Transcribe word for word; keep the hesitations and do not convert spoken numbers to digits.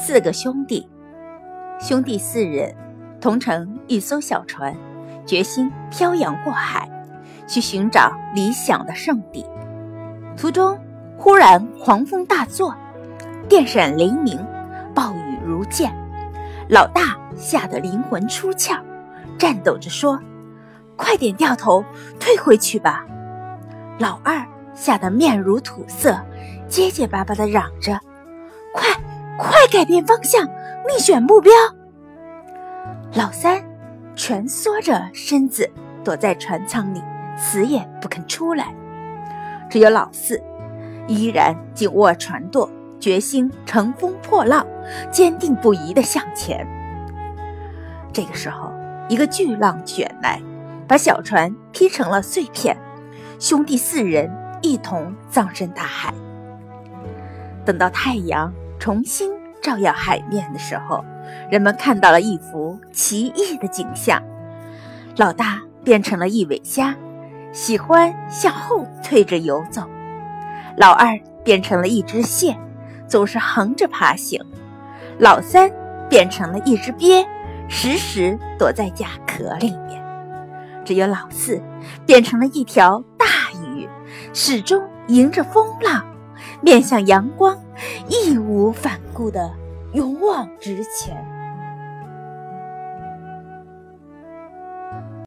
四个兄弟，兄弟四人同乘一艘小船，决心漂洋过海，去寻找理想的圣地。途中忽然狂风大作，电闪雷鸣，暴雨如剑。老大吓得灵魂出窍，颤抖着说：快点掉头退回去吧。老二吓得面如土色，结结巴巴地嚷着：快快改变方向，逆选目标。老三蜷缩着身子躲在船舱里，死也不肯出来。只有老四依然紧握船舵，决心乘风破浪，坚定不移地向前。这个时候，一个巨浪卷来，把小船劈成了碎片，兄弟四人一同葬身大海。等到太阳重新照耀海面的时候，人们看到了一幅奇异的景象。老大变成了一尾虾，喜欢向后退着游走。老二变成了一只蟹，总是横着爬行。老三变成了一只鳖，时时躲在甲壳里面。只有老四变成了一条大鱼，始终迎着风浪，面向阳光，义无反顾地勇往直前。